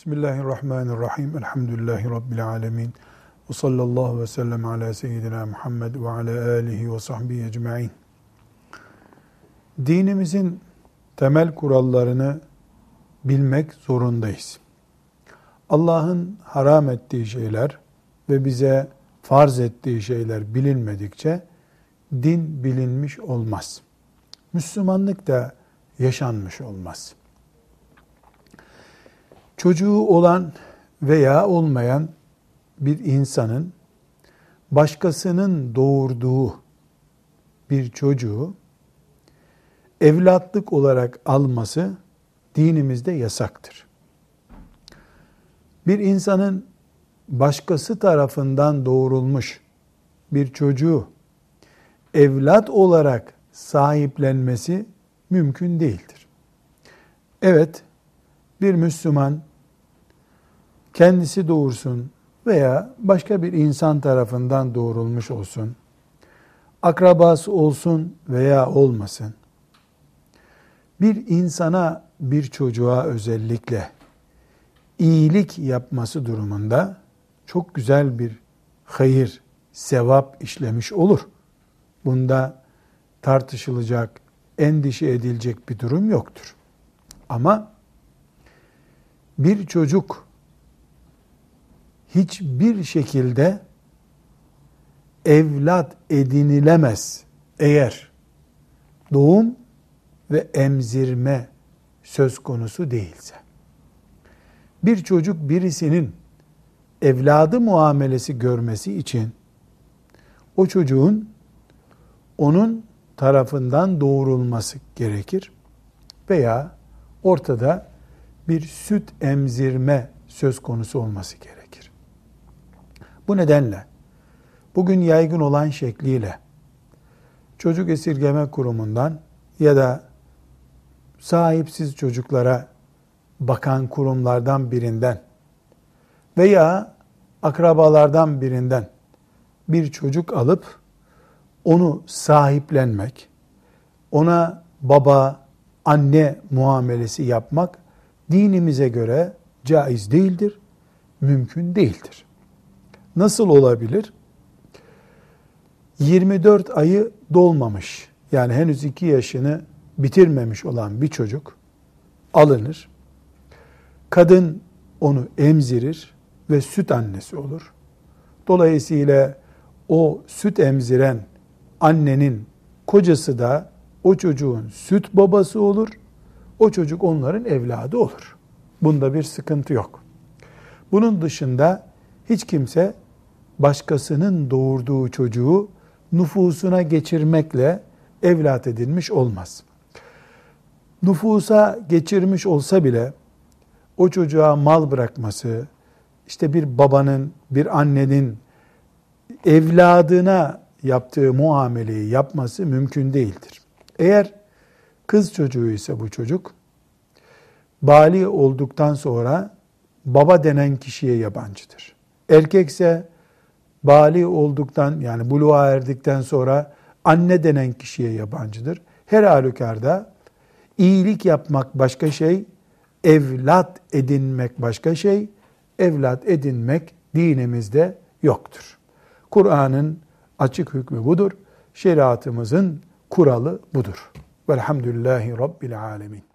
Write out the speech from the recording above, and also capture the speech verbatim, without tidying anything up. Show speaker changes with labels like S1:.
S1: Bismillahirrahmanirrahim. Elhamdülillahi Rabbil alemin. Ve sallallahu ve sellem ala seyyidina Muhammed ve ala alihi ve sahbihi ecma'in. Dinimizin temel kurallarını bilmek zorundayız. Allah'ın haram ettiği şeyler ve bize farz ettiği şeyler bilinmedikçe din bilinmiş olmaz. Müslümanlık da yaşanmış olmaz. Çocuğu olan veya olmayan bir insanın başkasının doğurduğu bir çocuğu evlatlık olarak alması dinimizde yasaktır. Bir insanın başkası tarafından doğurulmuş bir çocuğu evlat olarak sahiplenmesi mümkün değildir. Evet, bir Müslüman kendisi doğursun veya başka bir insan tarafından doğurulmuş olsun, akrabası olsun veya olmasın, bir insana, bir çocuğa özellikle iyilik yapması durumunda çok güzel bir hayır, sevap işlemiş olur. Bunda tartışılacak, endişe edilecek bir durum yoktur. Ama bir çocuk hiçbir şekilde evlat edinilemez eğer doğum ve emzirme söz konusu değilse. Bir çocuk birisinin evladı muamelesi görmesi için o çocuğun onun tarafından doğurulması gerekir veya ortada bir süt emzirme söz konusu olması gerekir. Bu nedenle bugün yaygın olan şekliyle çocuk esirgeme kurumundan ya da sahipsiz çocuklara bakan kurumlardan birinden veya akrabalardan birinden bir çocuk alıp onu sahiplenmek, ona baba, anne muamelesi yapmak dinimize göre caiz değildir, mümkün değildir. Nasıl olabilir? yirmi dört ayı dolmamış, yani henüz iki yaşını bitirmemiş olan bir çocuk alınır. Kadın onu emzirir ve süt annesi olur. Dolayısıyla o süt emziren annenin kocası da o çocuğun süt babası olur. O çocuk onların evladı olur. Bunda bir sıkıntı yok. Bunun dışında hiç kimse başkasının doğurduğu çocuğu nüfusuna geçirmekle evlat edinmiş olmaz. Nüfusa geçirmiş olsa bile o çocuğa mal bırakması, işte bir babanın, bir annenin evladına yaptığı muameleyi yapması mümkün değildir. Eğer kız çocuğu ise bu çocuk, bâli olduktan sonra baba denen kişiye yabancıdır. Erkekse bâli olduktan, yani buluğa erdikten sonra anne denen kişiye yabancıdır. Her halükarda iyilik yapmak başka şey, evlat edinmek başka şey, evlat edinmek dinimizde yoktur. Kur'an'ın açık hükmü budur. Şeriatımızın kuralı budur. Velhamdülillahi Rabbil alemin.